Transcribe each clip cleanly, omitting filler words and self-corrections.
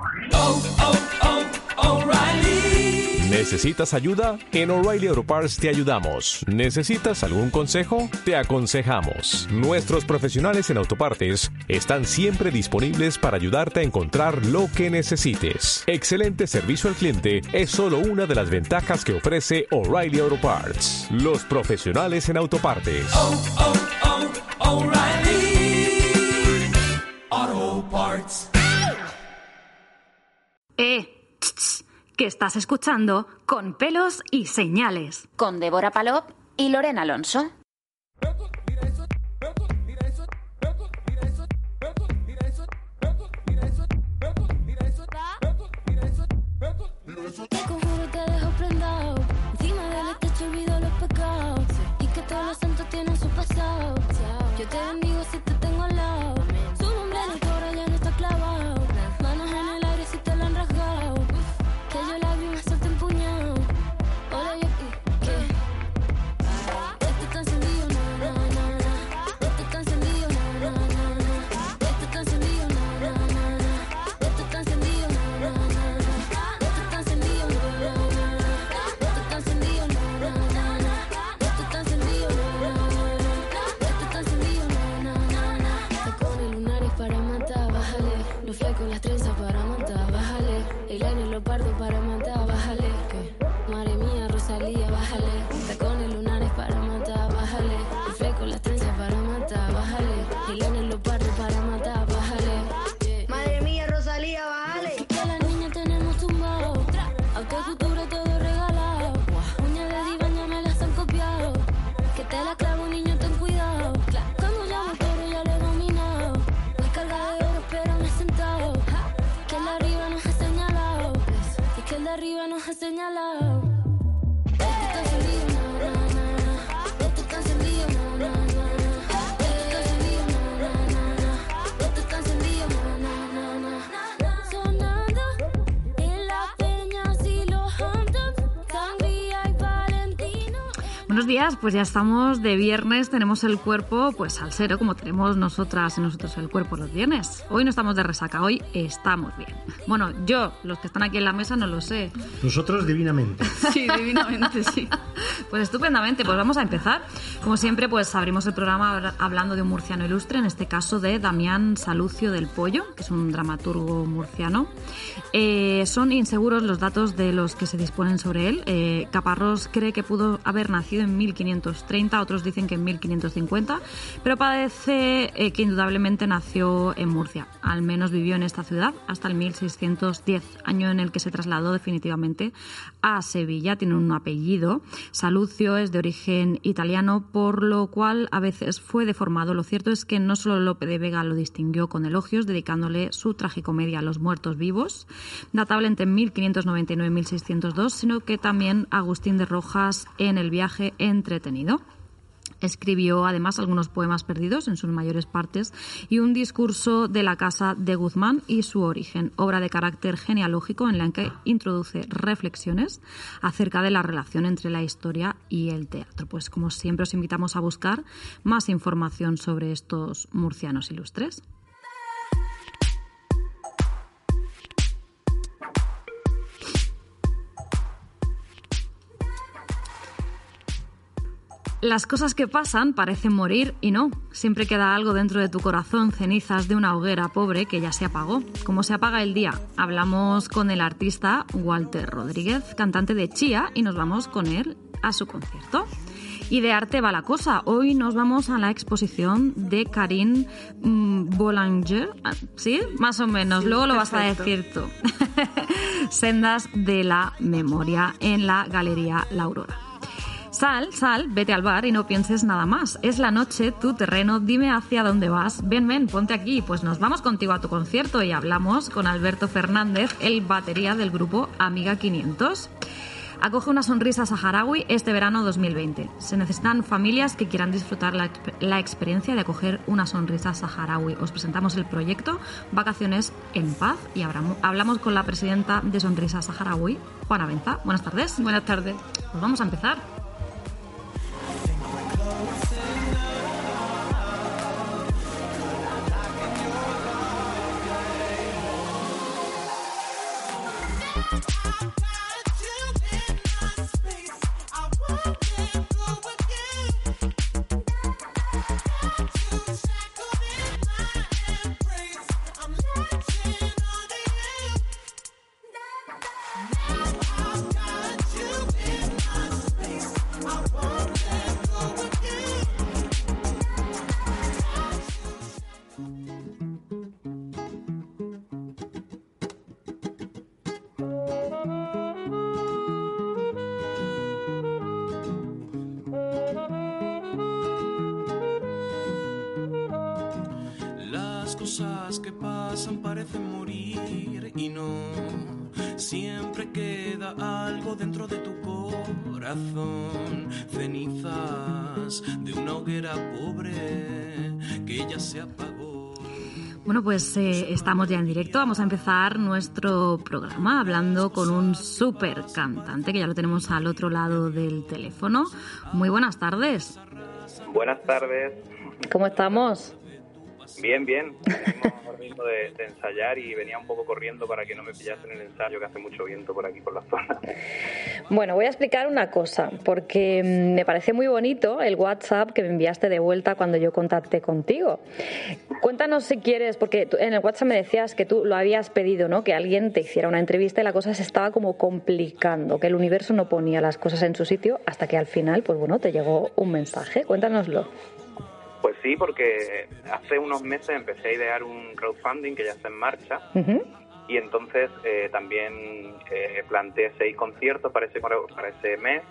O'Reilly. ¿Necesitas ayuda? En O'Reilly Auto Parts te ayudamos. ¿Necesitas algún consejo? Te aconsejamos. Nuestros profesionales en autopartes están siempre disponibles para ayudarte a encontrar lo que necesites. Excelente servicio al cliente es solo una de las ventajas que ofrece O'Reilly Auto Parts. Los profesionales en autopartes. O'Reilly Auto Parts. Que estás escuchando Con Pelos y Señales. Con Débora Palop y Lorena Alonso. Te conjuro, te dejo prendado. Encima del techo olvido los pecados. Y que todos los santos tienen su pasado. Yo te bendigo si te tengo al lado. Su nombre en el coro ya no está clavado. Manos en el aire si te lo han rasgado. Que yo la vi una suerte empuñado. Hola, yo ¿qué? Esto está encendido, na, na, na, na. Esto está encendido, na, na, na, na. Esto está encendido, na, na, na, na. Esto está encendido, na, na, na, na. Esto está encendido, na, na, na, na. Esto está encendido, na, na, na, na. Esto está encendido, na, na, na, na. Esto está encendido, na, na, na, na. Tacones lunares para matar, bájale. Los flecos, las trenzas para matar, bájale. El aire, lo pardo para matar, bájale. ¿Qué? Madre mía, Rosalía, bájale. Tacones lunares para matar, bájale. El fleco, las trenzas para matar, bájale. El aire, lo pardo para matar, bájale. Madre mía, Rosalía, bájale. Que las niñas tenemos tumbado. Autocultura todo regalado. Uñas de diván ya me las han copiado. Que te la clavo, niño, ten cuidado. Cuando llamo el toro ya le he dominado. Voy cargada de oro, pero me he sentado. Que el de arriba nos ha señalado. Y que el de arriba nos ha señalado. Esto está encendido, na, na, na, na. Esto está encendido, na, na, na, na. Esto está encendido, na, na, na, na. Esto está encendido, na, na, na, na. Sonando en las peñas y los Hamptons, Sangría y Valentino. Buenos días, pues ya estamos de viernes, tenemos el cuerpo pues al cero, como tenemos nosotras y nosotros el cuerpo los viernes. Hoy no estamos de resaca, hoy estamos bien. Bueno, yo, los que están aquí en la mesa, no lo sé. Nosotros divinamente. Sí, divinamente, sí. Pues estupendamente, pues vamos a empezar. Como siempre, pues abrimos el programa hablando de un murciano ilustre, en este caso de Damián Salucio del Pollo, que es un dramaturgo murciano. Son inseguros los datos de los que se disponen sobre él. Caparrós cree que pudo haber nacido en 1530, otros dicen que en 1550, pero parece que indudablemente nació en Murcia. Al menos vivió en esta ciudad hasta el 1610, año en el que se trasladó definitivamente a Sevilla. Tiene un apellido. Salucio es de origen italiano, por lo cual a veces fue deformado. Lo cierto es que no solo Lope de Vega lo distinguió con elogios, dedicándole su tragicomedia a los muertos vivos, datable entre 1599 y 1602, sino que también Agustín de Rojas en El viaje entretenido. Escribió además algunos poemas perdidos en sus mayores partes y un discurso de la Casa de Guzmán y su origen, obra de carácter genealógico en la que introduce reflexiones acerca de la relación entre la historia y el teatro. Pues como siempre os invitamos a buscar más información sobre estos murcianos ilustres. Las cosas que pasan parecen morir y no. Siempre queda algo dentro de tu corazón, cenizas de una hoguera pobre que ya se apagó. ¿Cómo se apaga el día? Hablamos con el artista Walter Rodríguez, cantante de Chía, y nos vamos con él a su concierto. Y de arte va la cosa. Hoy nos vamos a la exposición de Karine Boulanger. ¿Sí? Más o menos. Sí, luego lo vas a decir tú. Sendas de la memoria en la Galería La Aurora. Sal, vete al bar y no pienses nada más. Es la noche, tu terreno, dime hacia dónde vas. Ven, ponte aquí. Pues nos vamos contigo a tu concierto y hablamos con Alberto Fernández, el batería del grupo Amiga 500. Acoge una sonrisa saharaui este verano 2020. Se necesitan familias que quieran disfrutar la experiencia de acoger una sonrisa saharaui. Os presentamos el proyecto Vacaciones en Paz y hablamos con la presidenta de Sonrisa Saharaui, Juana Benza. Buenas tardes. Buenas tardes. Pues vamos a empezar. Las cosas que pasan parecen morir y no. Siempre queda algo dentro de tu corazón. Cenizas de una hoguera pobre que ya se apagó. Bueno, pues estamos ya en directo. Vamos a empezar nuestro programa hablando con un súper cantante que ya lo tenemos al otro lado del teléfono. Muy buenas tardes. Buenas tardes. ¿Cómo estamos? Bien, bien. Venimos ahora mismo de ensayar y venía un poco corriendo para que no me pillasen en el ensayo, que hace mucho viento por aquí, por la zona. Bueno, voy a explicar una cosa, porque me parece muy bonito el WhatsApp que me enviaste de vuelta cuando yo contacté contigo. Cuéntanos si quieres, porque en el WhatsApp me decías que tú lo habías pedido, ¿no? Que alguien te hiciera una entrevista y la cosa se estaba como complicando, que el universo no ponía las cosas en su sitio hasta que al final, pues bueno, te llegó un mensaje. Cuéntanoslo. Pues sí, porque hace unos meses empecé a idear un crowdfunding que ya está en marcha. Y entonces también planteé 6 conciertos para ese mes.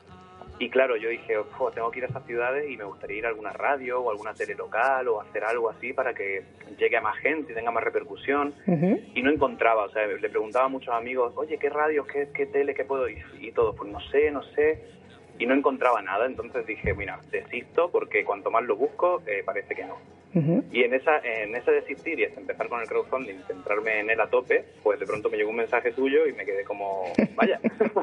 Y claro, yo dije, tengo que ir a esas ciudades y me gustaría ir a alguna radio o alguna tele local o hacer algo así para que llegue a más gente y tenga más repercusión. Y no encontraba, o sea, le preguntaba a muchos amigos, oye, ¿qué radios, qué tele, qué puedo ir? Y todos, pues no sé. Y no encontraba nada, entonces dije, mira, desisto porque cuanto más lo busco, parece que no. Y en ese desistir y empezar con el crowdfunding, centrarme en él a tope, pues de pronto me llegó un mensaje tuyo y me quedé como, vaya,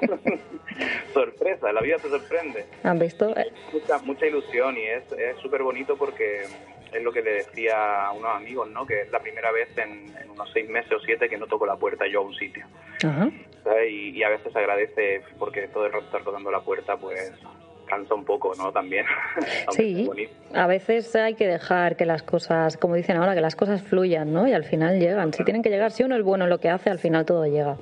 sorpresa, la vida te sorprende. ¿Han visto? Mucha ilusión y es súper bonito porque es lo que le decía a unos amigos, ¿no? Que es la primera vez en unos 6 meses o 7 que no toco la puerta yo a un sitio. Ajá. Y a veces se agradece porque todo el rato estar tocando la puerta, pues cansa un poco, ¿no? También. Sí, a veces hay que dejar que las cosas, como dicen ahora, que las cosas fluyan, ¿no? Y al final llegan. Si tienen que llegar, si uno es bueno en lo que hace, al final todo llega.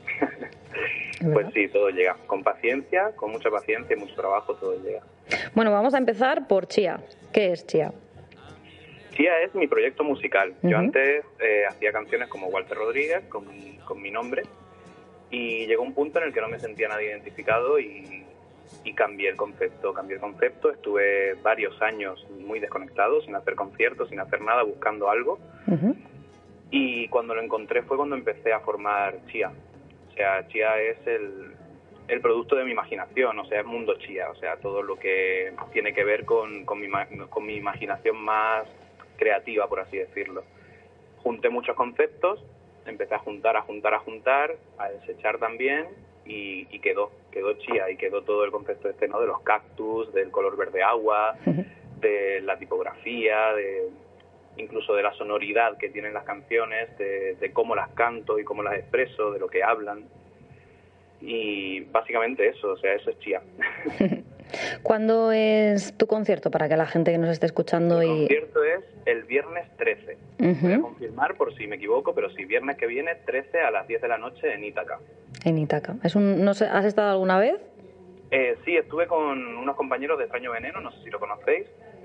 Pues sí, todo llega. Con paciencia, con mucha paciencia y mucho trabajo, todo llega. Bueno, vamos a empezar por Chía. ¿Qué es Chía? Chía es mi proyecto musical. Yo antes hacía canciones como Walter Rodríguez, con mi nombre, y llegó un punto en el que no me sentía nadie identificado y cambié el concepto. Estuve varios años muy desconectado, sin hacer conciertos, sin hacer nada, buscando algo. Y cuando lo encontré fue cuando empecé a formar Chía. O sea, Chía es el producto de mi imaginación, o sea, es mundo Chía. O sea, todo lo que tiene que ver con mi imaginación más creativa, por así decirlo. Junté muchos conceptos, empecé a juntar, a desechar también y quedó Chía y quedó todo el concepto ¿no? De los cactus, del color verde agua, de la tipografía, incluso de la sonoridad que tienen las canciones, de cómo las canto y cómo las expreso, de lo que hablan. Y básicamente eso, o sea, eso es Chía. ¿Cuándo es tu concierto para que la gente que nos esté escuchando El concierto es el viernes 13. Voy a confirmar por si me equivoco, pero sí, viernes que viene, 13 a las 10 de la noche en Ítaca. En Ítaca. No sé, ¿has estado alguna vez? Sí, estuve con unos compañeros de Extraño Veneno, no sé si lo conocéis,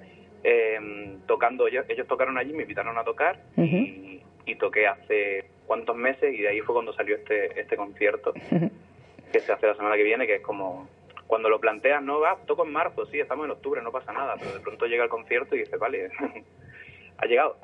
tocando. Ellos tocaron allí, me invitaron a tocar y toqué hace cuántos meses y de ahí fue cuando salió este concierto que se hace la semana que viene, que es como cuando lo planteas, no, toco en marzo, sí, estamos en octubre, no pasa nada, pero de pronto llega el concierto y dices, vale, ha llegado.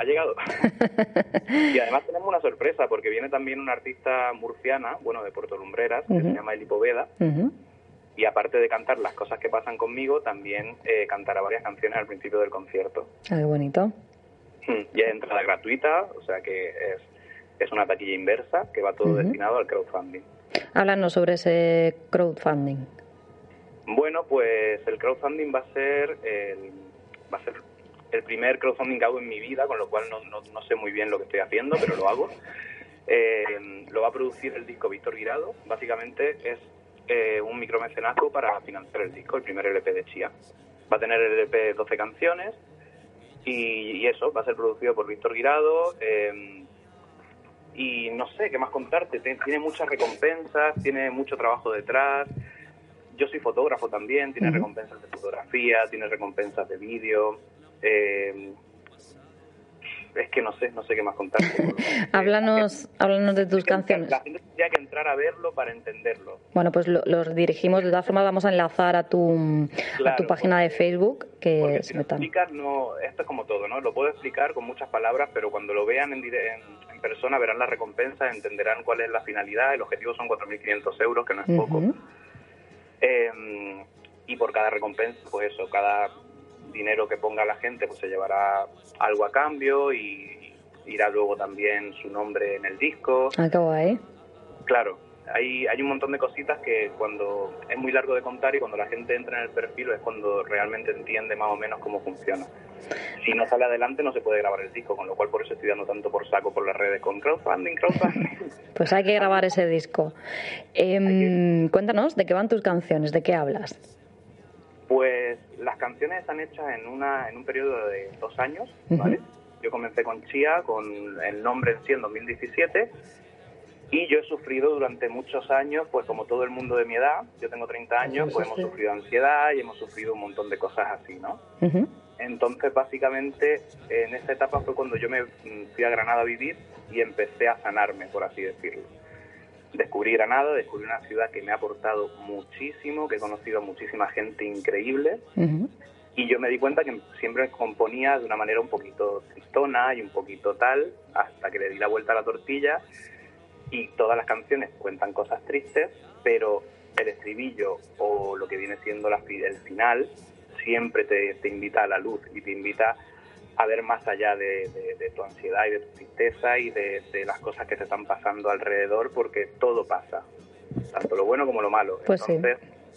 Y además tenemos una sorpresa, porque viene también una artista murciana, bueno, de Puerto Lumbreras, que se llama Eli Poveda, y aparte de cantar las cosas que pasan conmigo, también cantará varias canciones al principio del concierto. Ah, qué bonito. Y es entrada gratuita, o sea que es una taquilla inversa, que va todo destinado al crowdfunding. Háblanos sobre ese crowdfunding. Bueno, pues el crowdfunding va a ser el primer crowdfunding que hago en mi vida, con lo cual no sé muy bien lo que estoy haciendo, pero lo hago. Lo va a producir el disco Víctor Guirado. Básicamente es un micromecenazgo para financiar el disco, el primer LP de Chía. Va a tener el LP 12 canciones y eso, va a ser producido por Víctor Guirado. Y no sé qué más contarte, tiene muchas recompensas, tiene mucho trabajo detrás. Yo soy fotógrafo también, tiene recompensas de fotografía, tiene recompensas de vídeo. Es que no sé qué más contarte. háblanos de tus canciones. La gente tendría que entrar a verlo para entenderlo. Bueno, pues los dirigimos, de todas formas vamos a enlazar a tu página de Facebook, que si lo explicas, no, esto es como todo, ¿no? Lo puedo explicar con muchas palabras, pero cuando lo vean en persona verán las recompensas, entenderán cuál es la finalidad. El objetivo son 4.500 euros, que no es poco. Y por cada recompensa, pues eso, cada dinero que ponga la gente pues se llevará algo a cambio y irá luego también su nombre en el disco. Ah, qué guay. Claro, hay un montón de cositas que cuando es muy largo de contar y cuando la gente entra en el perfil es cuando realmente entiende más o menos cómo funciona. Si no sale adelante no se puede grabar el disco, con lo cual por eso estoy dando tanto por saco por las redes con crowdfunding. Pues hay que grabar ese disco. Cuéntanos, ¿de qué van tus canciones? ¿De qué hablas? Pues las canciones están hechas en un periodo de 2 años, ¿vale? Yo comencé con Chía, con el nombre en sí en 2017, y yo he sufrido durante muchos años, pues como todo el mundo de mi edad, yo tengo 30 años, pues hemos sufrido ansiedad y hemos sufrido un montón de cosas así, ¿no? Entonces, básicamente, en esa etapa fue cuando yo me fui a Granada a vivir y empecé a sanarme, por así decirlo. Descubrí Granada, descubrí una ciudad que me ha aportado muchísimo, que he conocido a muchísima gente increíble, y yo me di cuenta que siempre componía de una manera un poquito tristona y un poquito tal, hasta que le di la vuelta a la tortilla, y todas las canciones cuentan cosas tristes, pero el estribillo o lo que viene siendo el final siempre te invita a la luz y te invita a ver más allá de tu ansiedad y de tu tristeza y de las cosas que te están pasando alrededor, porque todo pasa, tanto lo bueno como lo malo. Pues entonces,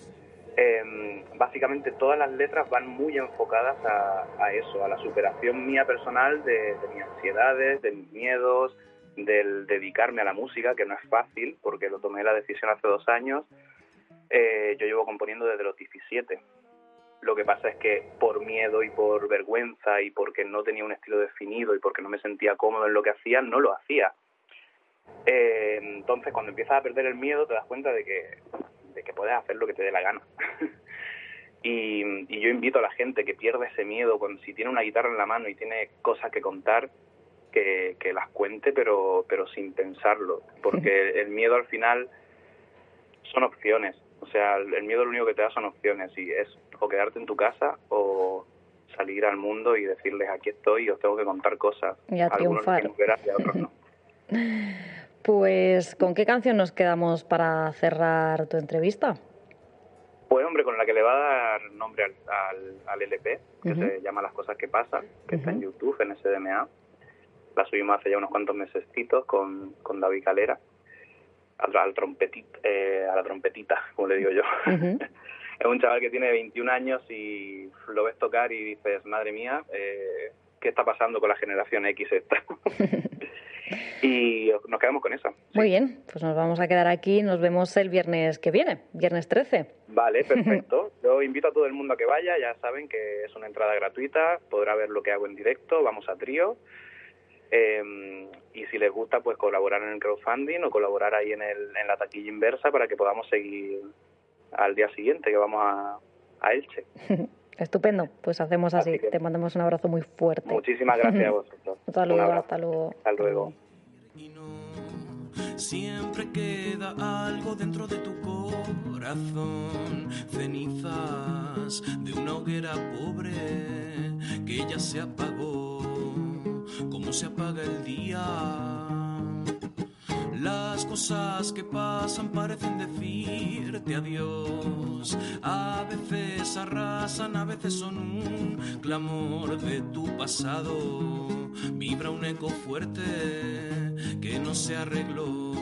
básicamente todas las letras van muy enfocadas a eso, a la superación mía personal de mis ansiedades, de mis miedos, del dedicarme a la música, que no es fácil, porque lo tomé la decisión hace 2 años. Yo llevo componiendo desde los 17. Lo que pasa es que por miedo y por vergüenza y porque no tenía un estilo definido y porque no me sentía cómodo en lo que hacía, no lo hacía. Entonces, cuando empiezas a perder el miedo, te das cuenta de que puedes hacer lo que te dé la gana. y yo invito a la gente que pierde ese miedo, si tiene una guitarra en la mano y tiene cosas que contar, que las cuente, pero sin pensarlo. Porque el miedo al final son opciones. O sea, el miedo lo único que te da son opciones, y es o quedarte en tu casa o salir al mundo y decirles aquí estoy y os tengo que contar cosas. Y a triunfar. Algunos verás y a otros no. Pues, ¿con qué canción nos quedamos para cerrar tu entrevista? Pues, hombre, con la que le va a dar nombre al LP, que se llama Las cosas que pasan, que está en YouTube, en SDMA. La subimos hace ya unos cuantos mesecitos con David Calera. A la trompetita, como le digo yo. Es un chaval que tiene 21 años y lo ves tocar y dices, madre mía, ¿qué está pasando con la generación X esta? Y nos quedamos con esa. Sí. Muy bien, pues nos vamos a quedar aquí. Nos vemos el viernes que viene, viernes 13. Vale, perfecto. Yo invito a todo el mundo a que vaya. Ya saben que es una entrada gratuita. Podrá ver lo que hago en directo. Vamos a trío. Y si les gusta, pues colaborar en el crowdfunding o colaborar ahí en la taquilla inversa para que podamos seguir al día siguiente, que vamos a Elche. Estupendo, pues hacemos así. Te mandamos un abrazo muy fuerte. Muchísimas gracias a vosotros. Hasta luego, hasta luego. Hasta luego. Y no, siempre queda algo dentro de tu corazón, cenizas de una hoguera pobre que ya se apagó, como se apaga el día. Las cosas que pasan parecen decirte adiós. A veces arrasan, a veces son un clamor de tu pasado. Vibra un eco fuerte que no se arregló.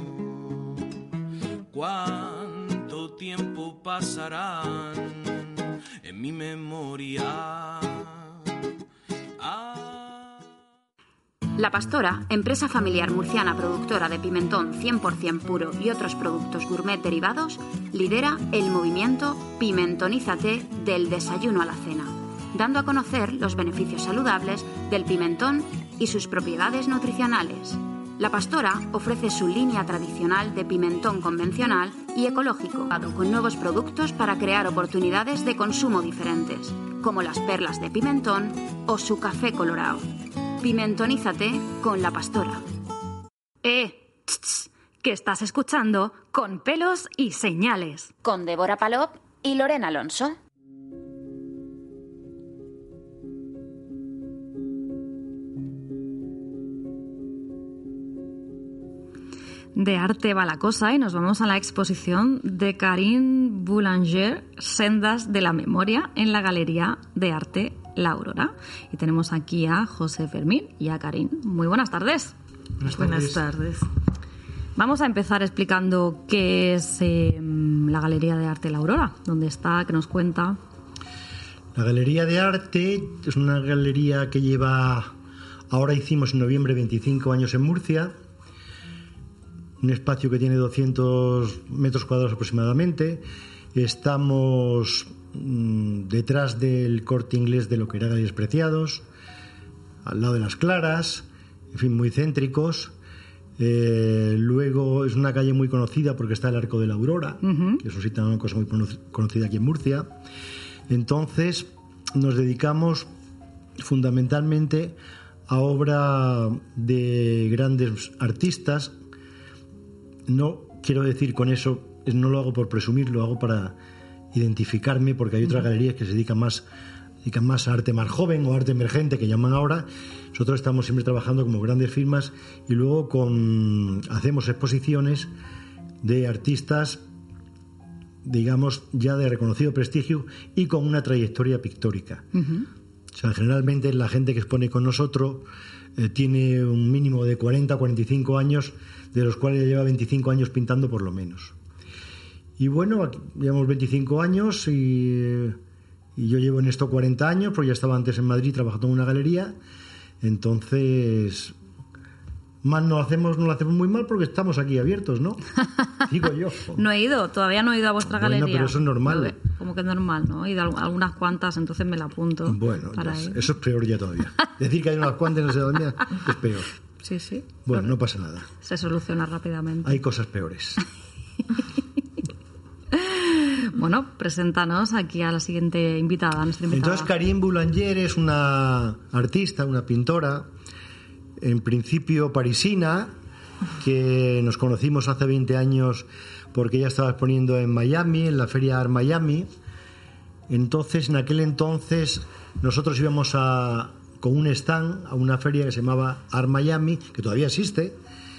¿Cuánto tiempo pasarán en mi memoria? La Pastora, empresa familiar murciana productora de pimentón 100% puro y otros productos gourmet derivados, lidera el movimiento Pimentonízate del desayuno a la cena, dando a conocer los beneficios saludables del pimentón y sus propiedades nutricionales. La Pastora ofrece su línea tradicional de pimentón convencional y ecológico, con nuevos productos para crear oportunidades de consumo diferentes, como las perlas de pimentón o su café colorado. Pimentonízate con La Pastora. Que estás escuchando Con Pelos y Señales. Con Débora Palop y Lorena Alonso. De arte va la cosa y nos vamos a la exposición de Karine Boulanger, Sendas de la Memoria, en la Galería de Arte La Aurora. Y tenemos aquí a José Fermín y a Karine. Muy buenas tardes. Buenas tardes. Vamos a empezar explicando qué es la Galería de Arte La Aurora, dónde está, qué nos cuenta. La Galería de Arte es una galería que lleva, ahora hicimos en noviembre 25 años en Murcia, un espacio que tiene 200 metros cuadrados aproximadamente. Estamos detrás del Corte Inglés de lo que era Galerías Preciados, al lado de Las Claras, en fin, muy céntricos. Luego es una calle muy conocida porque está el Arco de la Aurora, que eso sí, también una cosa muy conocida aquí en Murcia. Entonces nos dedicamos fundamentalmente a obra de grandes artistas. No quiero decir con eso, no lo hago por presumir, lo hago para identificarme, porque hay otras galerías que se dedican más a arte más joven o arte emergente, que llaman ahora. Nosotros estamos siempre trabajando como grandes firmas y luego hacemos exposiciones de artistas, digamos, ya de reconocido prestigio y con una trayectoria pictórica. O sea, generalmente la gente que expone con nosotros tiene un mínimo de 40 o 45 años, de los cuales ya lleva 25 años pintando por lo menos. Y bueno, aquí llevamos 25 años y yo llevo en esto 40 años, porque ya estaba antes en Madrid trabajando en una galería. Entonces, mal no lo hacemos muy mal porque estamos aquí abiertos, ¿no? Digo yo. Todavía no he ido a vuestra galería. Bueno, pero eso es normal. Como que es normal, ¿no? He ido a algunas cuantas, entonces me la apunto. Bueno, eso es peor ya todavía. Decir que hay unas cuantas y no sé dónde es peor. Sí. Bueno, no pasa nada. Se soluciona rápidamente. Hay cosas peores. Bueno, preséntanos aquí a la siguiente invitada, nuestra invitada. Entonces, Karine Boulanger es una artista, una pintora, en principio parisina, que nos conocimos hace 20 años porque ella estaba exponiendo en Miami, en la Feria Art Miami. Entonces, en aquel entonces, nosotros íbamos con un stand a una feria que se llamaba Art Miami, que todavía existe,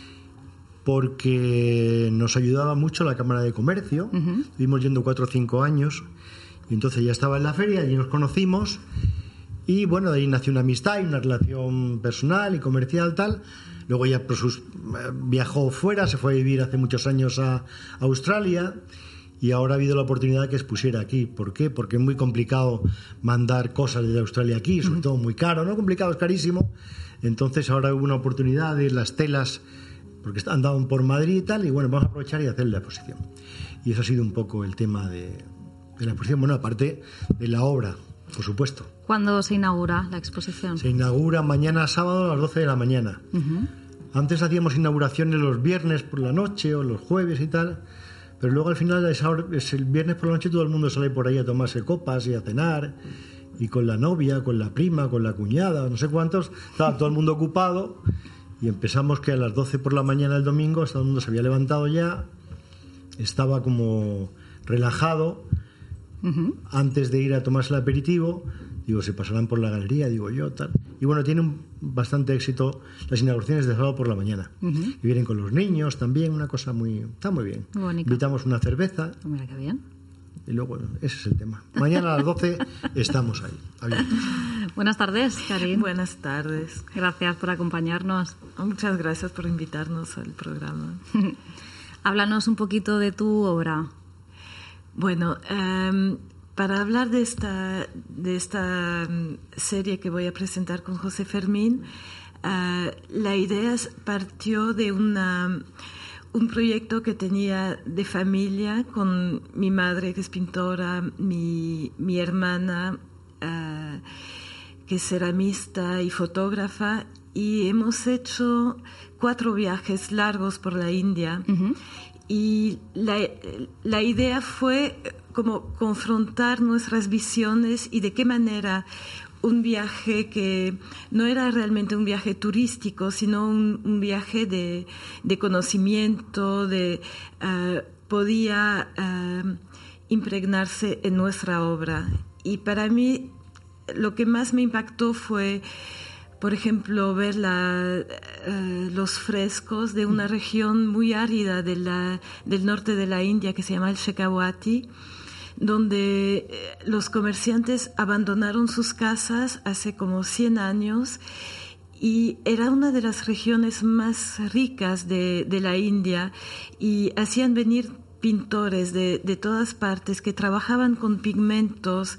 porque nos ayudaba mucho la Cámara de Comercio. Estuvimos yendo 4 o 5 años y entonces ya estaba en la feria, allí nos conocimos y bueno, de ahí nació una amistad y una relación personal y comercial tal. Luego ella viajó fuera, se fue a vivir hace muchos años a Australia y ahora ha habido la oportunidad que expusiera aquí. ¿Por qué? Porque es muy complicado mandar cosas desde Australia aquí, sobre todo muy caro, no complicado, es carísimo. Entonces ahora hubo una oportunidad de las telas, porque andaban por Madrid y tal, y bueno, vamos a aprovechar y hacer la exposición. Y eso ha sido un poco el tema de la exposición, bueno, aparte de la obra, por supuesto. ¿Cuándo se inaugura la exposición? Se inaugura mañana sábado a las 12 de la mañana. Antes hacíamos inauguraciones los viernes por la noche o los jueves y tal, pero luego al final es el viernes por la noche, todo el mundo sale por ahí a tomarse copas y a cenar, y con la novia, con la prima, con la cuñada, no sé cuántos, estaba todo el mundo ocupado. Y empezamos que a las 12 por la mañana del domingo, todo el mundo se había levantado ya, estaba como relajado, antes de ir a tomarse el aperitivo. Digo, se pasarán por la galería, digo yo, tal. Y bueno, tiene bastante éxito las inauguraciones de sábado por la mañana. Y vienen con los niños también, una cosa está muy bien. Muy bonito. Invitamos una cerveza. Mira qué bien. Y luego, ese es el tema. Mañana a las 12 estamos ahí, abiertos. Buenas tardes, Karine. Buenas tardes. Gracias por acompañarnos. Muchas gracias por invitarnos al programa. Háblanos un poquito de tu obra. Bueno, para hablar de esta serie que voy a presentar con José Fermín, la idea partió de un proyecto que tenía de familia con mi madre, que es pintora, mi hermana, que es ceramista y fotógrafa, y hemos hecho 4 viajes largos por la India. Uh-huh. Y la idea fue como confrontar nuestras visiones y de qué manera un viaje que no era realmente un viaje turístico, sino un viaje de conocimiento, podía impregnarse en nuestra obra. Y para mí lo que más me impactó fue, por ejemplo, ver los frescos de una región muy árida del norte de la India que se llama el Shekhawati, donde los comerciantes abandonaron sus casas hace como 100 años y era una de las regiones más ricas de la India, y hacían venir pintores de todas partes que trabajaban con pigmentos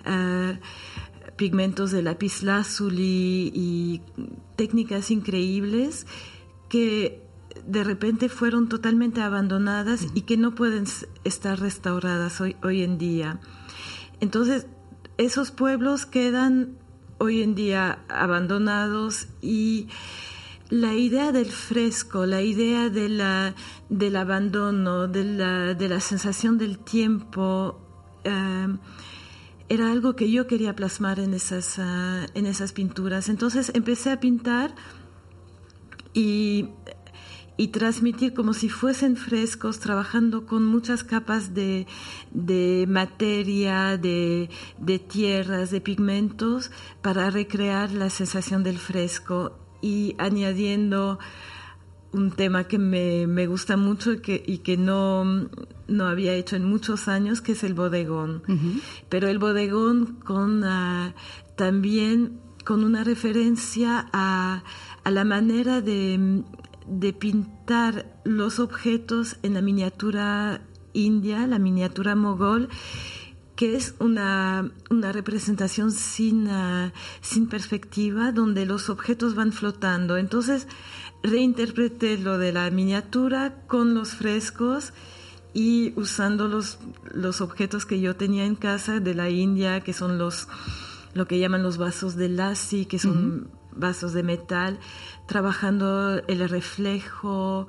de lapislázuli y técnicas increíbles que de repente fueron totalmente abandonadas y que no pueden estar restauradas hoy en día. Entonces, esos pueblos quedan hoy en día abandonados, y la idea del fresco, la idea del abandono, de la sensación del tiempo, era algo que yo quería plasmar en esas pinturas. Entonces empecé a pintar y transmitir como si fuesen frescos, trabajando con muchas capas de materia, de tierras, de pigmentos, para recrear la sensación del fresco, y añadiendo un tema que me gusta mucho y que no había hecho en muchos años, que es el bodegón. Uh-huh. Pero el bodegón también con una referencia a la manera de pintar los objetos en la miniatura india, la miniatura mogol, que es una representación sin perspectiva, donde los objetos van flotando. Entonces reinterpreté lo de la miniatura con los frescos y usando los objetos que yo tenía en casa de la India, que son lo que llaman los vasos de lassi, que son uh-huh. vasos de metal, trabajando el reflejo,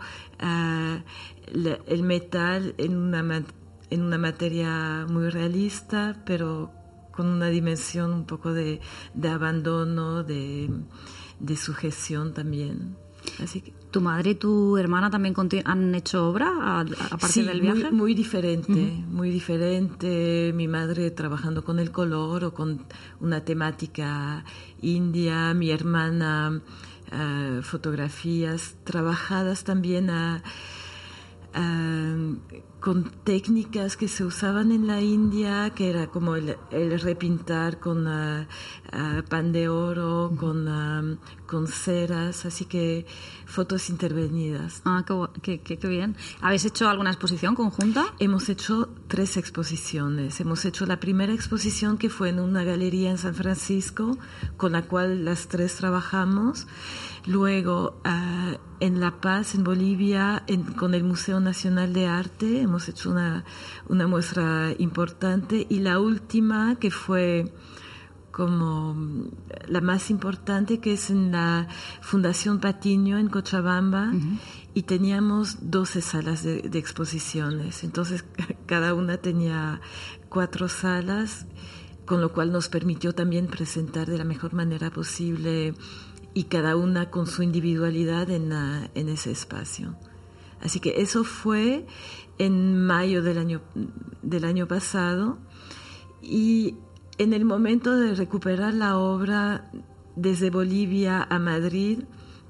el metal en una materia muy realista, pero con una dimensión un poco de abandono, de sujeción también. Así que, ¿tu madre y tu hermana también han hecho obra a partir del viaje? Muy diferente, uh-huh. muy diferente. Mi madre trabajando con el color o con una temática india, mi hermana fotografías trabajadas también con técnicas que se usaban en la India, que era como el repintar con pan de oro, con ceras, así que fotos intervenidas. Ah, qué bien. ¿Habéis hecho alguna exposición conjunta? Hemos hecho 3 exposiciones. Hemos hecho la primera exposición, que fue en una galería en San Francisco, con la cual las 3 trabajamos. Luego, en La Paz, en Bolivia, con el Museo Nacional de Arte, hemos hecho una muestra importante. Y la última, que fue como la más importante, que es en la Fundación Patiño, en Cochabamba, uh-huh. y teníamos 12 salas de exposiciones. Entonces, cada una tenía 4 salas, con lo cual nos permitió también presentar de la mejor manera posible, y cada una con su individualidad en ese espacio. Así que eso fue en mayo del año pasado, y en el momento de recuperar la obra desde Bolivia a Madrid,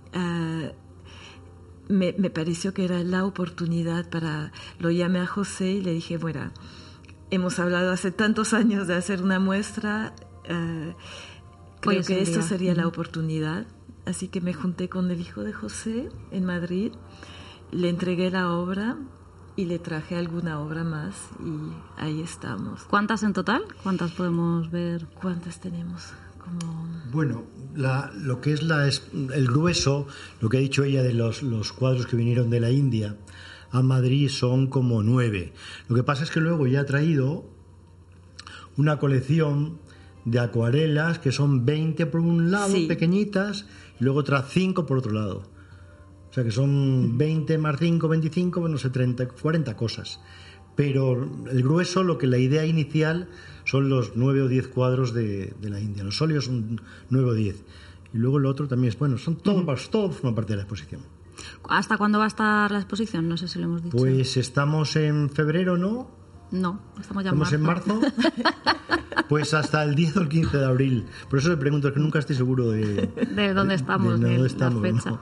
me pareció que era la oportunidad lo llamé a José y le dije, bueno, hemos hablado hace tantos años de hacer una muestra, creo que esto sería la oportunidad. Así que me junté con el hijo de José en Madrid, le entregué la obra y le traje alguna obra más, y ahí estamos. ¿Cuántas en total? ¿Cuántas podemos ver? ¿Cuántas tenemos? Bueno, lo que es el grueso, lo que ha dicho ella de los cuadros que vinieron de la India a Madrid son como 9. Lo que pasa es que luego ya ha traído una colección de acuarelas que son 20 por un lado, pequeñitas, y luego otras 5 por otro lado. O sea que son 20 más 5, 25, no sé, 30, 40 cosas. Pero el grueso, lo que la idea inicial son los 9 o 10 cuadros de la India. Los óleos son 9 o 10. Y luego lo otro también es, bueno, son todo forma parte de la exposición. ¿Hasta cuándo va a estar la exposición? No sé si lo hemos dicho. Pues estamos en febrero, ¿no? No, estamos ya en marzo. Pues hasta el 10 o el 15 de abril. Por eso le pregunto, es que nunca estoy seguro de dónde estamos, de dónde estamos, la fecha. ¿no?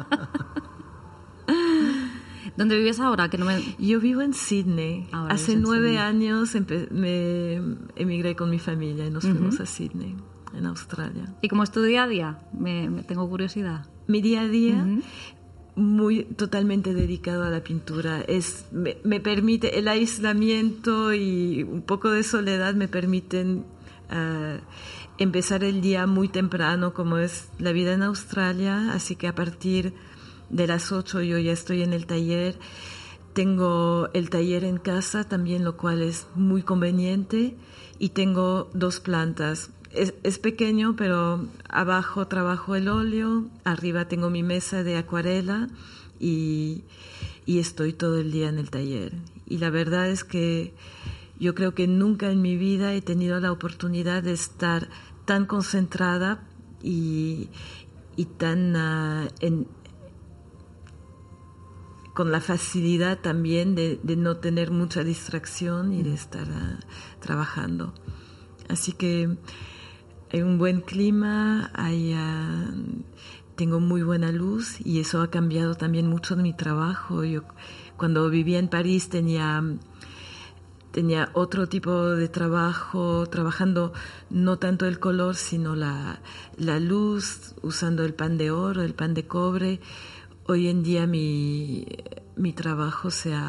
¿Dónde vives ahora? Yo vivo en Sydney. Hace 9 años me emigré con mi familia y nos fuimos a Sydney, en Australia. ¿Y cómo es tu día a día? Me tengo curiosidad. Mi día a día, totalmente dedicado a la pintura. Me permite, el aislamiento y un poco de soledad me permiten empezar el día muy temprano, como es la vida en Australia. Así que a partir de las 8 yo ya estoy en el taller. Tengo el taller en casa también, lo cual es muy conveniente. Y tengo 2 plantas. Es pequeño, pero abajo trabajo el óleo, arriba tengo mi mesa de acuarela y estoy todo el día en el taller. Y la verdad es que yo creo que nunca en mi vida he tenido la oportunidad de estar tan concentrada y tan con la facilidad también de no tener mucha distracción y de estar trabajando. Así que hay un buen clima, tengo muy buena luz y eso ha cambiado también mucho de mi trabajo. Yo cuando vivía en París tenía otro tipo de trabajo, trabajando no tanto el color, sino la luz, usando el pan de oro, el pan de cobre. Hoy en día mi trabajo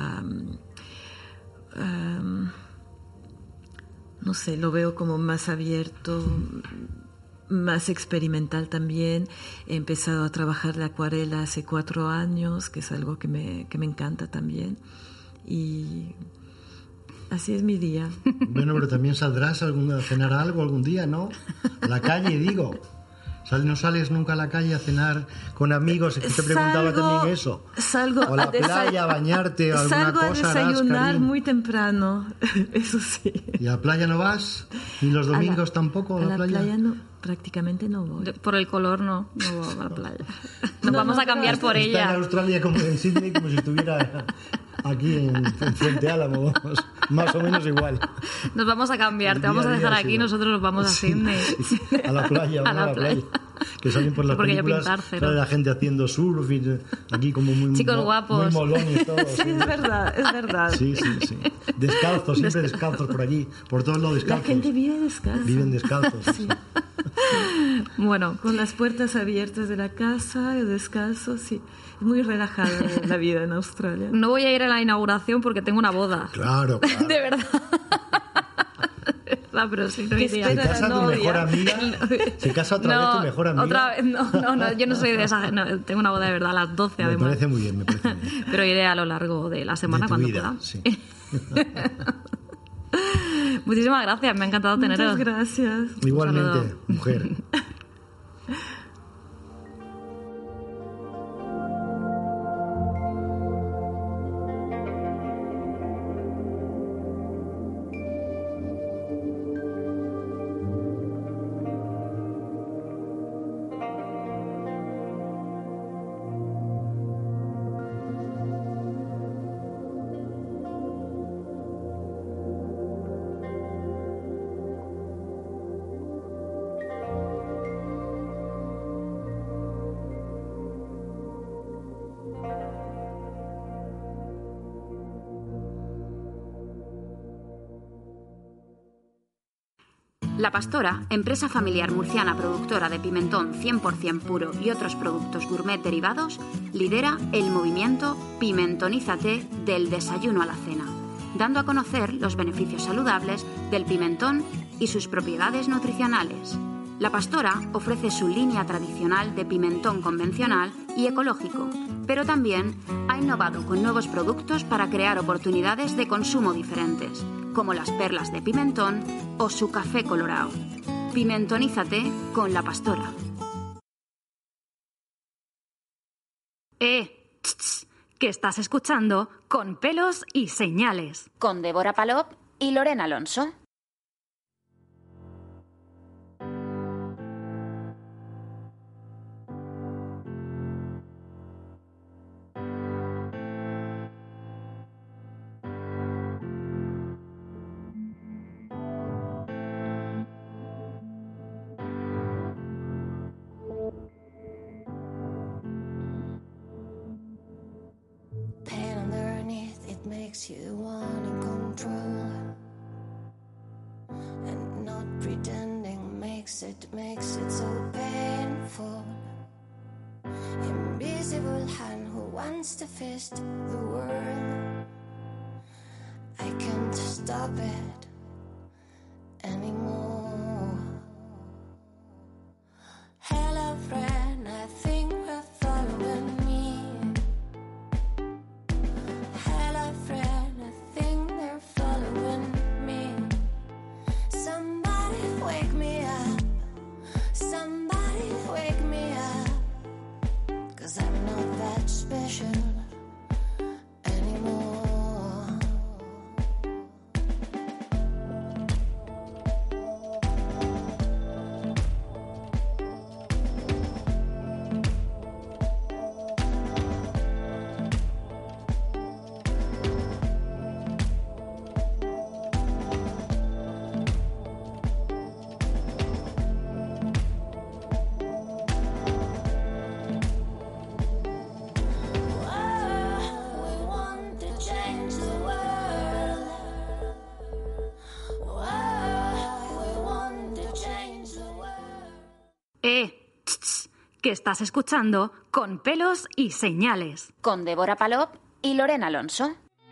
no sé, lo veo como más abierto, más experimental también. He empezado a trabajar la acuarela hace 4 años, que es algo que me encanta también. Y así es mi día. Bueno, pero también saldrás a cenar algo algún día, ¿no? A la calle, digo. ¿No sales nunca a la calle a cenar con amigos? Es que te preguntaba también eso. Salgo o a la playa a bañarte o alguna cosa. Salgo a desayunar muy temprano, eso sí. ¿Y a la playa no vas? ¿Ni los domingos tampoco a la playa? A la playa no, prácticamente no voy. Por el color no voy a la playa. Nos vamos a cambiar por ella. Está en Australia, como en Sydney, como si estuviera aquí en Fuente Álamo, vamos, más o menos igual. Nos vamos a cambiar, te vamos a dejar aquí, nosotros nos vamos a Sydney. A la playa, a la playa. Que salen por las películas, sale la gente haciendo surf y aquí como muy chicos guapos, muy molones todos. Sí, es verdad. Sí. Descalzos, siempre descalzos por allí, por todos lados descalzos. La gente vive descalza. Viven descalzos. Sí. Bueno, con las puertas abiertas de la casa, descalzos, sí. Es muy relajada la vida en Australia. No voy a ir a la inauguración porque tengo una boda. Claro. De verdad. Pero sí, no iría. ¿Se casa tu mejor amiga? ¿Se casa otra vez tu mejor amiga? Otra vez, no, yo no soy de esa. No, tengo una boda de verdad a las 12 además. Me parece muy bien. Pero iré a lo largo de la semana cuando pueda. Sí. Muchísimas gracias, me ha encantado teneros. Muchas gracias. Igualmente, mujer. La Pastora, empresa familiar murciana productora de pimentón 100% puro y otros productos gourmet derivados, lidera el movimiento Pimentonízate del desayuno a la cena, dando a conocer los beneficios saludables del pimentón y sus propiedades nutricionales. La Pastora ofrece su línea tradicional de pimentón convencional y ecológico, pero también ha innovado con nuevos productos para crear oportunidades de consumo diferentes, como las perlas de pimentón o su café colorado. Pimentonízate con La Pastora. Que estás escuchando Con Pelos y Señales. Con Débora Palop y Lorena Alonso. Makes you want in control, and not pretending makes it so painful. Invisible hand who wants to fist the world. I can't stop it anymore. Hello friend, I think we're following me. I'm not that special anymore. Que estás escuchando Con Pelos y Señales. Con Débora Palop y Lorena Alonso.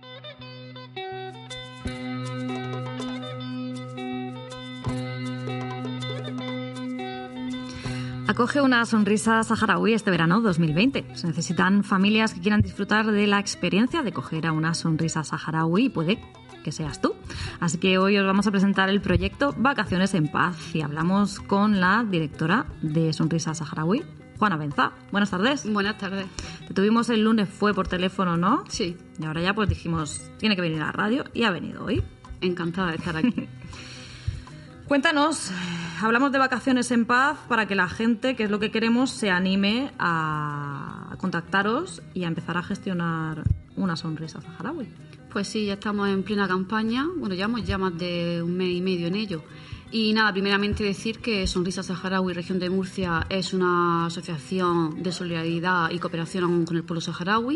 Acoge una sonrisa saharaui este verano 2020. Se necesitan familias que quieran disfrutar de la experiencia de coger a una sonrisa saharaui y puede que seas tú. Así que hoy os vamos a presentar el proyecto Vacaciones en Paz y hablamos con la directora de Sonrisa Saharaui, Juana Benza. Buenas tardes. Buenas tardes. Te tuvimos el lunes, fue por teléfono, ¿no? Sí. Y ahora ya pues dijimos, tiene que venir a la radio y ha venido hoy. Encantada de estar aquí. Cuéntanos, hablamos de Vacaciones en Paz para que la gente, que es lo que queremos, se anime a contactaros y a empezar a gestionar una sonrisa saharaui. Pues sí, ya estamos en plena campaña. Bueno, llevamos ya más de un mes y medio en ello. Y nada, primeramente decir que Sonrisa Saharaui Región de Murcia es una asociación de solidaridad y cooperación con el pueblo saharaui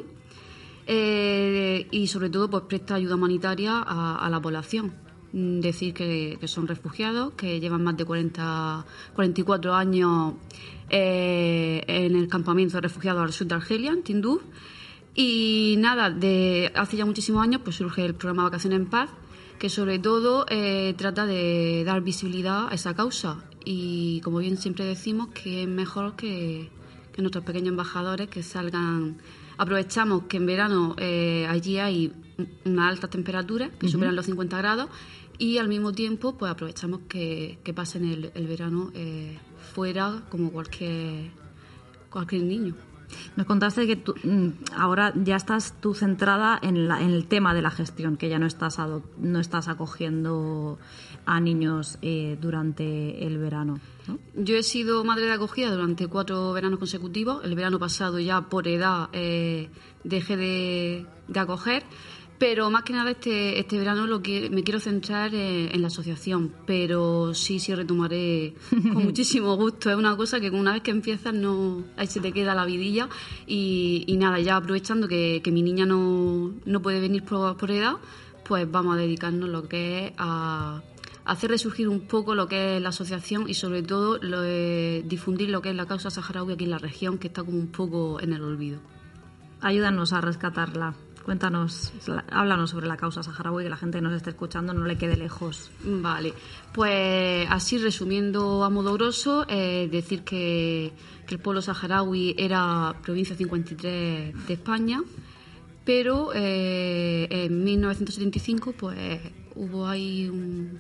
y sobre todo pues presta ayuda humanitaria a la población. Decir que son refugiados, que llevan más de 44 años en el campamento de refugiados al sur de Argelia, en Tinduf. Y nada, hace ya muchísimos años pues surge el programa Vacaciones en Paz, que sobre todo trata de dar visibilidad a esa causa. Y como bien siempre decimos, que es mejor que nuestros pequeños embajadores que salgan. Aprovechamos que en verano allí hay unas altas temperaturas que superan los 50 grados y al mismo tiempo pues aprovechamos que pasen el verano fuera como cualquier niño. Nos contaste que tú, ahora ya estás tú centrada en el tema de la gestión, que ya no estás acogiendo a niños durante el verano, ¿no? Yo he sido madre de acogida durante 4 veranos consecutivos. El verano pasado ya por edad dejé de acoger, pero más que nada este verano me quiero centrar en la asociación, pero sí retomaré con muchísimo gusto. Es una cosa que una vez que empiezas ahí se te queda la vidilla y nada, ya aprovechando que mi niña no puede venir por edad, pues vamos a dedicarnos lo que es a hacer resurgir un poco lo que es la asociación y sobre todo difundir lo que es la causa saharaui aquí en la región, que está como un poco en el olvido. Ayúdanos a rescatarla. Cuéntanos, háblanos sobre la causa saharaui, que la gente que nos esté escuchando no le quede lejos. Vale, pues así resumiendo a modo grosso, decir que el pueblo saharaui era provincia 53 de España, pero en 1975 pues hubo ahí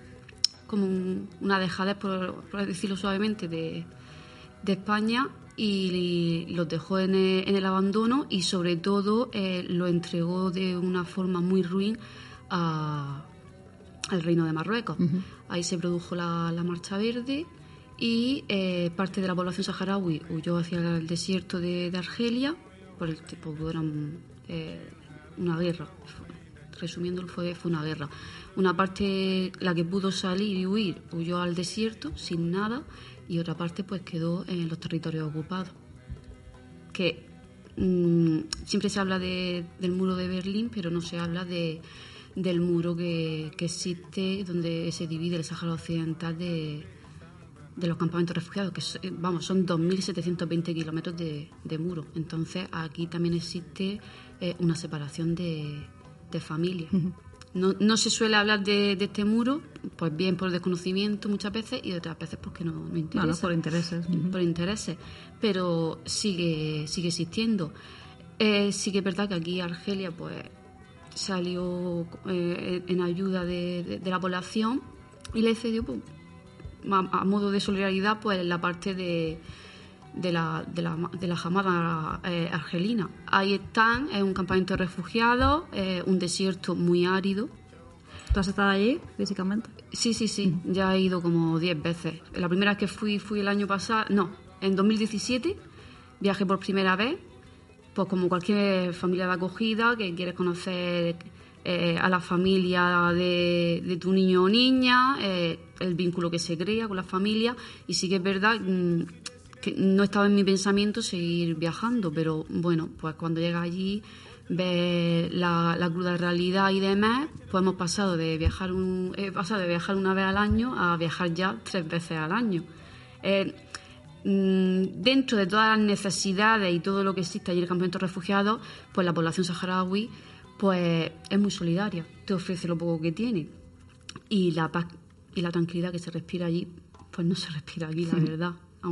una dejadez, por decirlo suavemente, de España, y los dejó en el abandono, y sobre todo lo entregó de una forma muy ruin al Reino de Marruecos. Uh-huh. Ahí se produjo la Marcha Verde, y parte de la población saharaui huyó hacia el desierto de Argelia por el tipo era una guerra. Resumiéndolo, fue una guerra. Una parte, la que pudo salir y huir, huyó al desierto sin nada, y otra parte pues quedó en los territorios ocupados. Que siempre se habla del muro de Berlín, pero no se habla del muro que existe, donde se divide el Sáhara Occidental de los campamentos refugiados, que son 2.720 kilómetros de muro. Entonces aquí también existe una separación de familias. Uh-huh. No se suele hablar de este muro, pues bien por desconocimiento muchas veces, y otras veces porque no interesa. No, por intereses. Uh-huh. Por intereses, pero sigue existiendo. Sí que es verdad que aquí Argelia pues salió en ayuda de la población, y le cedió pues, a modo de solidaridad pues la parte de la Hamada argelina. Ahí están, es un campamento de refugiados, un desierto muy árido. ¿Tú has estado allí físicamente? Sí, ya he ido como 10 veces. La primera vez que fui el año pasado, en 2017, viajé por primera vez, pues como cualquier familia de acogida que quieres conocer a la familia de tu niño o niña, el vínculo que se crea con la familia, y sí que es verdad que no estaba en mi pensamiento seguir viajando, pero bueno, pues cuando llegas allí ves la cruda realidad y demás. Pues hemos pasado de viajar una vez al año a viajar ya 3 veces al año. Dentro de todas las necesidades y todo lo que existe allí en el campamento de refugiados, pues la población saharaui pues es muy solidaria, te ofrece lo poco que tiene, y la paz y la tranquilidad que se respira allí, pues no se respira aquí, la verdad.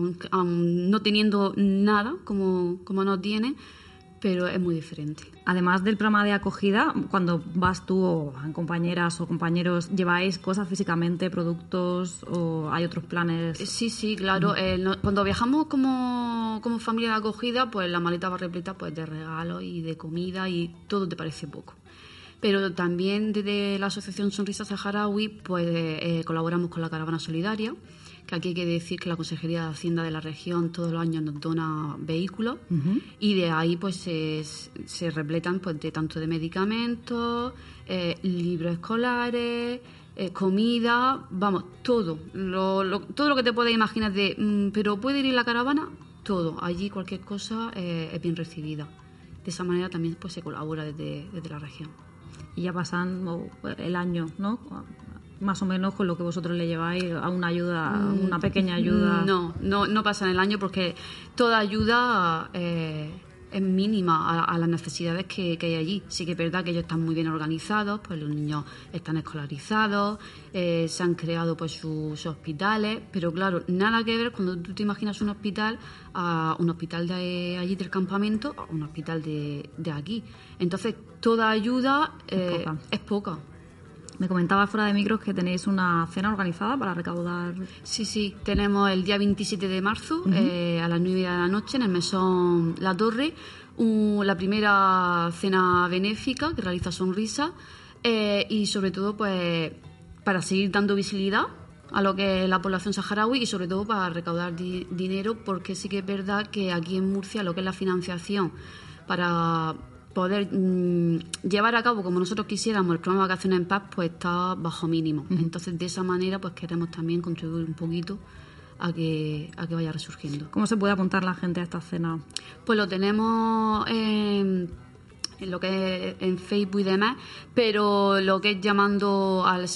Aún no teniendo nada como no tiene, pero es muy diferente. Además del programa de acogida, cuando vas tú o compañeras o compañeros, ¿lleváis cosas físicamente, productos, o hay otros planes? Sí, claro. Cuando viajamos como familia de acogida, pues la maleta va repleta pues de regalos y de comida, y todo te parece poco. Pero también desde la Asociación Sonrisa Saharaui pues colaboramos con la Caravana Solidaria, que aquí hay que decir que la Consejería de Hacienda de la región todos los años nos dona vehículos. Uh-huh. Y de ahí pues se repletan pues tanto de medicamentos, libros escolares, comida, todo lo que te puedes imaginar pero ¿puede ir la caravana? Todo, allí cualquier cosa es bien recibida. De esa manera también pues se colabora desde la región. Y ya pasan el año, ¿no? Más o menos con lo que vosotros le lleváis a una ayuda, una pequeña ayuda. No pasa en el año, porque toda ayuda es mínima a las necesidades que hay allí. Sí que es verdad que ellos están muy bien organizados, pues los niños están escolarizados, se han creado pues sus hospitales, pero claro, nada que ver cuando tú te imaginas un hospital a un hospital de allí del campamento, a un hospital de aquí. Entonces toda ayuda es poca. Me comentabas fuera de micros que tenéis una cena organizada para recaudar. Sí, tenemos el día 27 de marzo, uh-huh, a las 9 de la noche en el Mesón La Torre, la primera cena benéfica que realiza Sonrisa, y sobre todo pues para seguir dando visibilidad a lo que es la población saharaui, y sobre todo para recaudar dinero, porque sí que es verdad que aquí en Murcia lo que es la financiación para poder llevar a cabo como nosotros quisiéramos el programa Vacaciones en Paz, pues está bajo mínimo. Uh-huh. Entonces de esa manera pues queremos también contribuir un poquito a que vaya resurgiendo. ¿Cómo se puede apuntar la gente a esta cena? Pues lo tenemos en lo que es en Facebook y demás, pero lo que es llamando al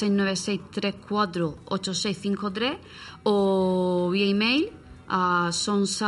696-348653 o vía email a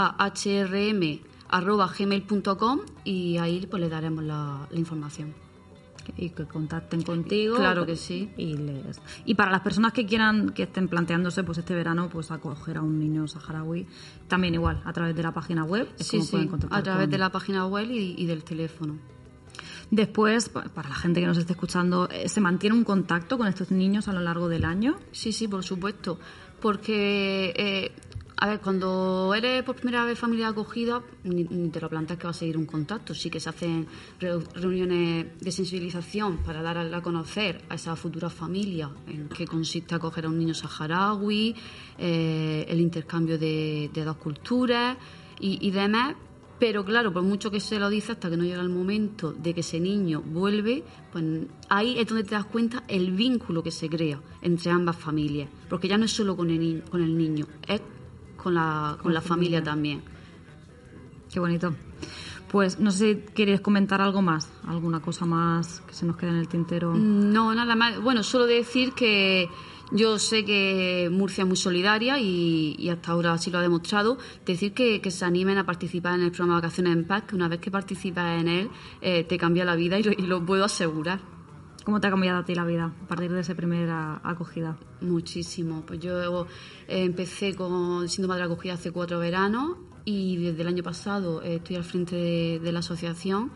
sonsahrm@gmail.com, y ahí pues le daremos la información. y que contacten contigo. Claro que sí. Y para las personas que quieran, que estén planteándose pues este verano pues acoger a un niño saharaui, también igual, a través de la página web. Pueden contactar a través de la página web y del teléfono. Después, para la gente que nos esté escuchando, ¿se mantiene un contacto con estos niños a lo largo del año? Sí, por supuesto. Porque, cuando eres por primera vez familia acogida, ni te lo planteas que va a seguir un contacto. Sí que se hacen reuniones de sensibilización para dar a conocer a esa futura familia en qué consiste acoger a un niño saharaui, el intercambio de dos culturas y demás. Pero claro, por mucho que se lo dice, hasta que no llega el momento de que ese niño vuelve, pues ahí es donde te das cuenta el vínculo que se crea entre ambas familias. Porque ya no es solo con el niño, es con la familia también. Qué bonito. Pues no sé si queréis comentar algo más, alguna cosa más que se nos quede en el tintero. No, nada más. Bueno, solo decir que yo sé que Murcia es muy solidaria y hasta ahora así lo ha demostrado. Decir que se animen a participar en el programa Vacaciones en Paz, que una vez que participas en él te cambia la vida y lo puedo asegurar. ¿Cómo te ha cambiado a ti la vida a partir de esa primera acogida? Muchísimo. Pues yo empecé siendo madre acogida hace 4 veranos y desde el año pasado estoy al frente de la asociación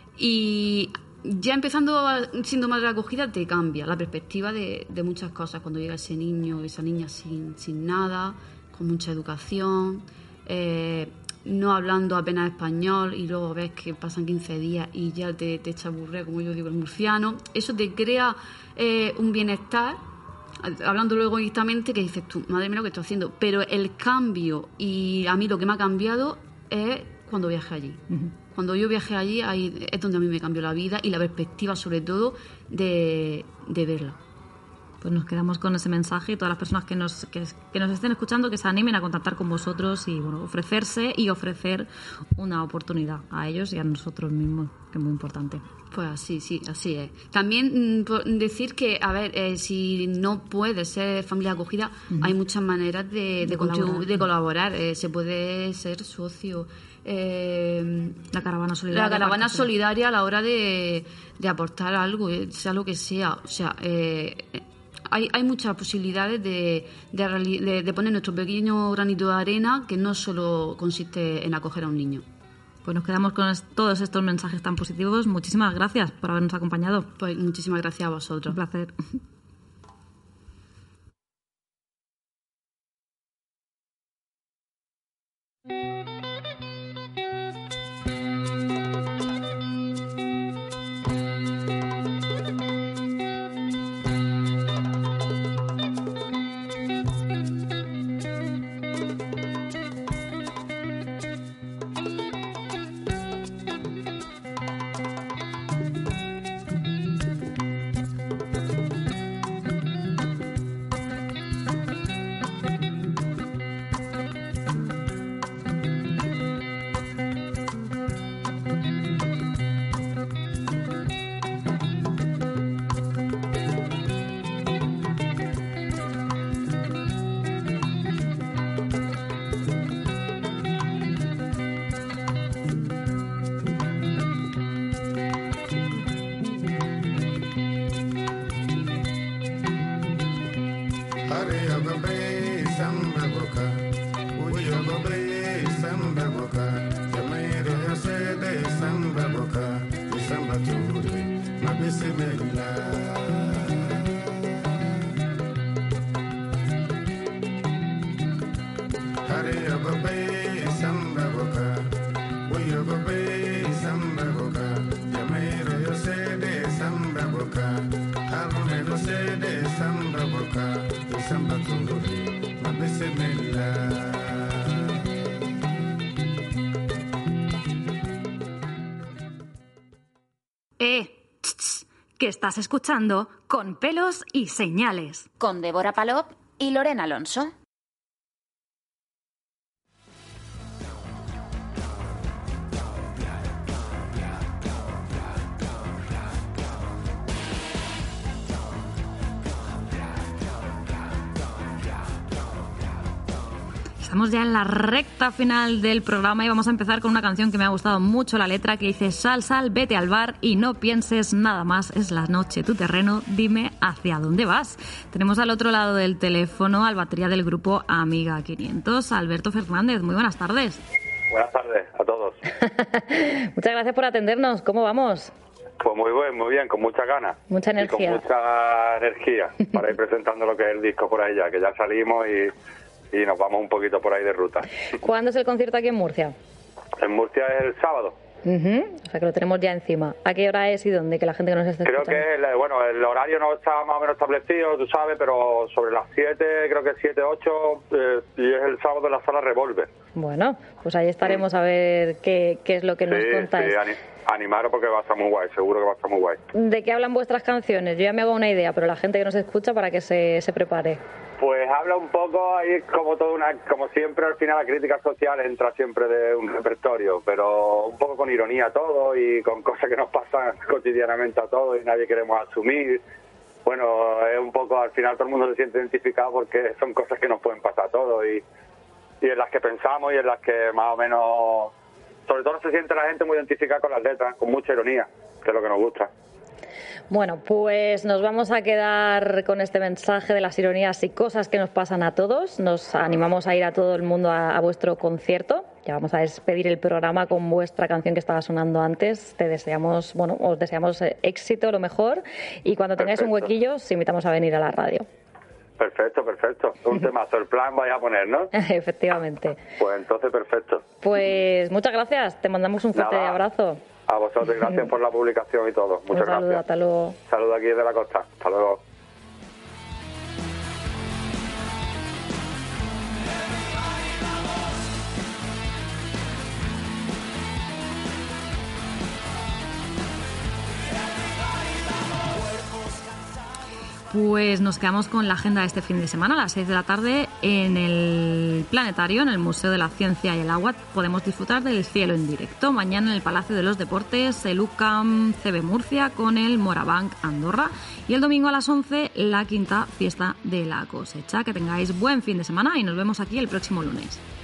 y ya siendo madre acogida te cambia la perspectiva de muchas cosas cuando llega ese niño, esa niña sin nada, con mucha educación, no hablando apenas español y luego ves que pasan 15 días y ya te echa burré, como yo digo, el murciano. Eso te crea un bienestar, hablando luego egoístamente, que dices tú, madre mía lo que estoy haciendo, pero el cambio, y a mí lo que me ha cambiado es cuando viajé allí. Uh-huh. Cuando yo viajé allí, ahí es donde a mí me cambió la vida y la perspectiva, sobre todo, de verla. Pues nos quedamos con ese mensaje y todas las personas que nos estén escuchando que se animen a contactar con vosotros y ofrecerse y ofrecer una oportunidad a ellos y a nosotros mismos, que es muy importante. Pues así es. También decir que, si no puedes ser familia acogida, uh-huh, hay muchas maneras de colaborar. Se puede ser socio. La caravana solidaria a la hora de aportar algo, sea lo que sea. O sea, hay muchas posibilidades de poner nuestro pequeño granito de arena, que no solo consiste en acoger a un niño. Pues nos quedamos con todos estos mensajes tan positivos. Muchísimas gracias por habernos acompañado. Pues muchísimas gracias a vosotros. Un placer. Que estás escuchando Con Pelos y Señales, con Débora Palop y Lorena Alonso. Estamos ya en la recta final del programa y vamos a empezar con una canción que me ha gustado mucho la letra, que dice: sal, sal, vete al bar y no pienses nada más, es la noche tu terreno, dime hacia dónde vas. Tenemos al otro lado del teléfono al batería del grupo Amiga 500, Alberto Fernández. Muy buenas tardes. Buenas tardes a todos. Muchas gracias por atendernos. ¿Cómo vamos? Pues muy bien, con muchas ganas. Mucha energía. Y con mucha energía para ir presentando lo que es el disco por ahí ya, que ya salimos y nos vamos un poquito por ahí de ruta. ¿Cuándo es el concierto aquí en Murcia? En Murcia es el sábado. O sea que lo tenemos ya encima. ¿A qué hora es y dónde? Que la gente que nos está Creo escuchando. que el horario no está más o menos establecido, tú sabes, pero sobre las 7, creo que 7, 8, y es el sábado en la Sala Revolver. Bueno, pues ahí estaremos a ver qué es lo que nos contáis. Sí, animaros porque va a estar muy guay, seguro que va a estar muy guay. ¿De qué hablan vuestras canciones? Yo ya me hago una idea, pero la gente que nos escucha para que se prepare. Pues habla un poco ahí como siempre, al final la crítica social entra siempre de un repertorio, pero un poco con ironía todo y con cosas que nos pasan cotidianamente a todos y nadie queremos asumir. Bueno, es un poco, al final todo el mundo se siente identificado porque son cosas que nos pueden pasar a todos y en las que pensamos y en las que más o menos, sobre todo se siente la gente muy identificada con las letras, con mucha ironía, que es lo que nos gusta. Bueno, pues nos vamos a quedar con este mensaje de las ironías y cosas que nos pasan a todos. Nos animamos a ir a todo el mundo a vuestro concierto. Ya vamos a despedir el programa con vuestra canción que estaba sonando antes. Os deseamos éxito, lo mejor. Y cuando tengáis un huequillo, os invitamos a venir a la radio. Perfecto. Un temazo, el plan vais a poner, ¿no? Efectivamente. Pues entonces, perfecto. Pues muchas gracias. Te mandamos un fuerte abrazo. A vosotros, gracias por la publicación y todo. Muchas gracias. Hasta luego. Saludos aquí desde la costa. Hasta luego. Pues nos quedamos con la agenda de este fin de semana. A las 6 de la tarde en el Planetario, en el Museo de la Ciencia y el Agua, podemos disfrutar del cielo en directo. Mañana en el Palacio de los Deportes, el UCAM CB Murcia con el Morabanc Andorra. Y el domingo a las 11, la quinta fiesta de la cosecha. Que tengáis buen fin de semana y nos vemos aquí el próximo lunes.